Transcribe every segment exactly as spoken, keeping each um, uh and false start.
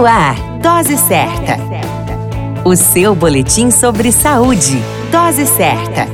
No ar, Dose Certa. O seu boletim sobre saúde. Dose Certa.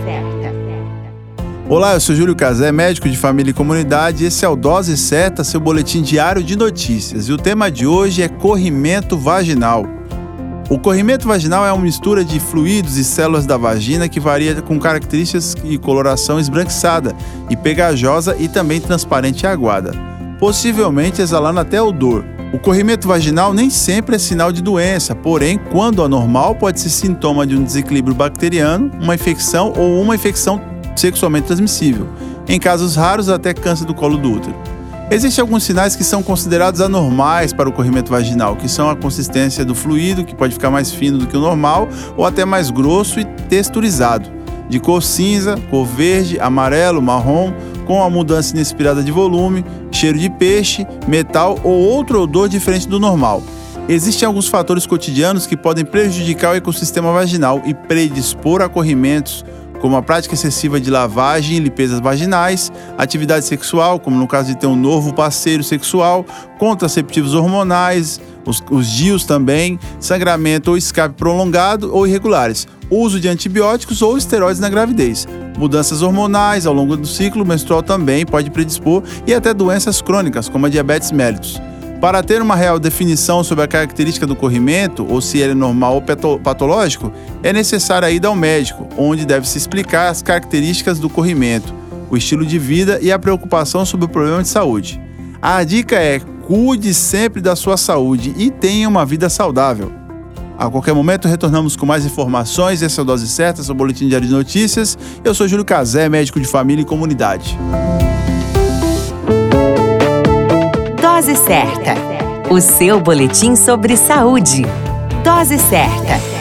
Olá, eu sou Júlio Cazé, médico de família e comunidade. Esse é o Dose Certa, seu boletim diário de notícias. E o tema de hoje é corrimento vaginal. O corrimento vaginal é uma mistura de fluidos e células da vagina que varia com características e coloração esbranquiçada e pegajosa e também transparente e aguada, possivelmente exalando até odor. O corrimento vaginal nem sempre é sinal de doença, porém, quando anormal, pode ser sintoma de um desequilíbrio bacteriano, uma infecção ou uma infecção sexualmente transmissível. Em casos raros, até câncer do colo do útero. Existem alguns sinais que são considerados anormais para o corrimento vaginal, que são a consistência do fluido, que pode ficar mais fino do que o normal, ou até mais grosso e texturizado, de cor cinza, cor verde, amarelo, marrom, com a mudança inesperada de volume, cheiro de peixe, metal ou outro odor diferente do normal. Existem alguns fatores cotidianos que podem prejudicar o ecossistema vaginal e predispor a corrimentos, como a prática excessiva de lavagem e limpezas vaginais, atividade sexual, como no caso de ter um novo parceiro sexual, contraceptivos hormonais, os, os D I Us também, sangramento ou escape prolongado ou irregulares, uso de antibióticos ou esteroides na gravidez, mudanças hormonais ao longo do ciclo menstrual também pode predispor e até doenças crônicas, como a diabetes mellitus. Para ter uma real definição sobre a característica do corrimento, ou se ele é normal ou patológico, é necessário a ida ao médico, onde deve-se explicar as características do corrimento, o estilo de vida e a preocupação sobre o problema de saúde. A dica é: cuide sempre da sua saúde e tenha uma vida saudável. A qualquer momento retornamos com mais informações. Esse é o Dose Certa, seu boletim diário de notícias. Eu sou Júlio Cazé, médico de família e comunidade. Dose Certa. O seu boletim sobre saúde. Dose Certa.